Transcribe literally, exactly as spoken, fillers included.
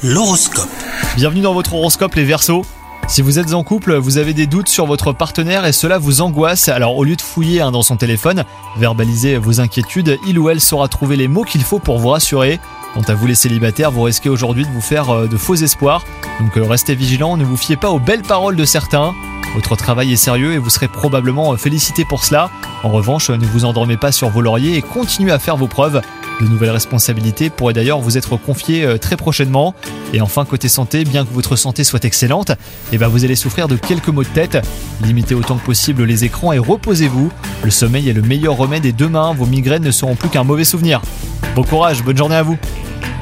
L'horoscope. Bienvenue dans votre horoscope les Verseaux. Si vous êtes en couple, vous avez des doutes sur votre partenaire et cela vous angoisse, alors au lieu de fouiller hein, dans son téléphone, verbalisez vos inquiétudes, il ou elle saura trouver les mots qu'il faut pour vous rassurer. Quant à vous les célibataires, vous risquez aujourd'hui de vous faire euh, de faux espoirs, donc euh, restez vigilants, ne vous fiez pas aux belles paroles de certains. Votre travail est sérieux et vous serez probablement félicité pour cela. En revanche, ne vous endormez pas sur vos lauriers et continuez à faire vos preuves. De nouvelles responsabilités pourraient d'ailleurs vous être confiées très prochainement. Et enfin, côté santé, bien que votre santé soit excellente, eh ben vous allez souffrir de quelques maux de tête. Limitez autant que possible les écrans et reposez-vous. Le sommeil est le meilleur remède et demain, vos migraines ne seront plus qu'un mauvais souvenir. Bon courage, bonne journée à vous.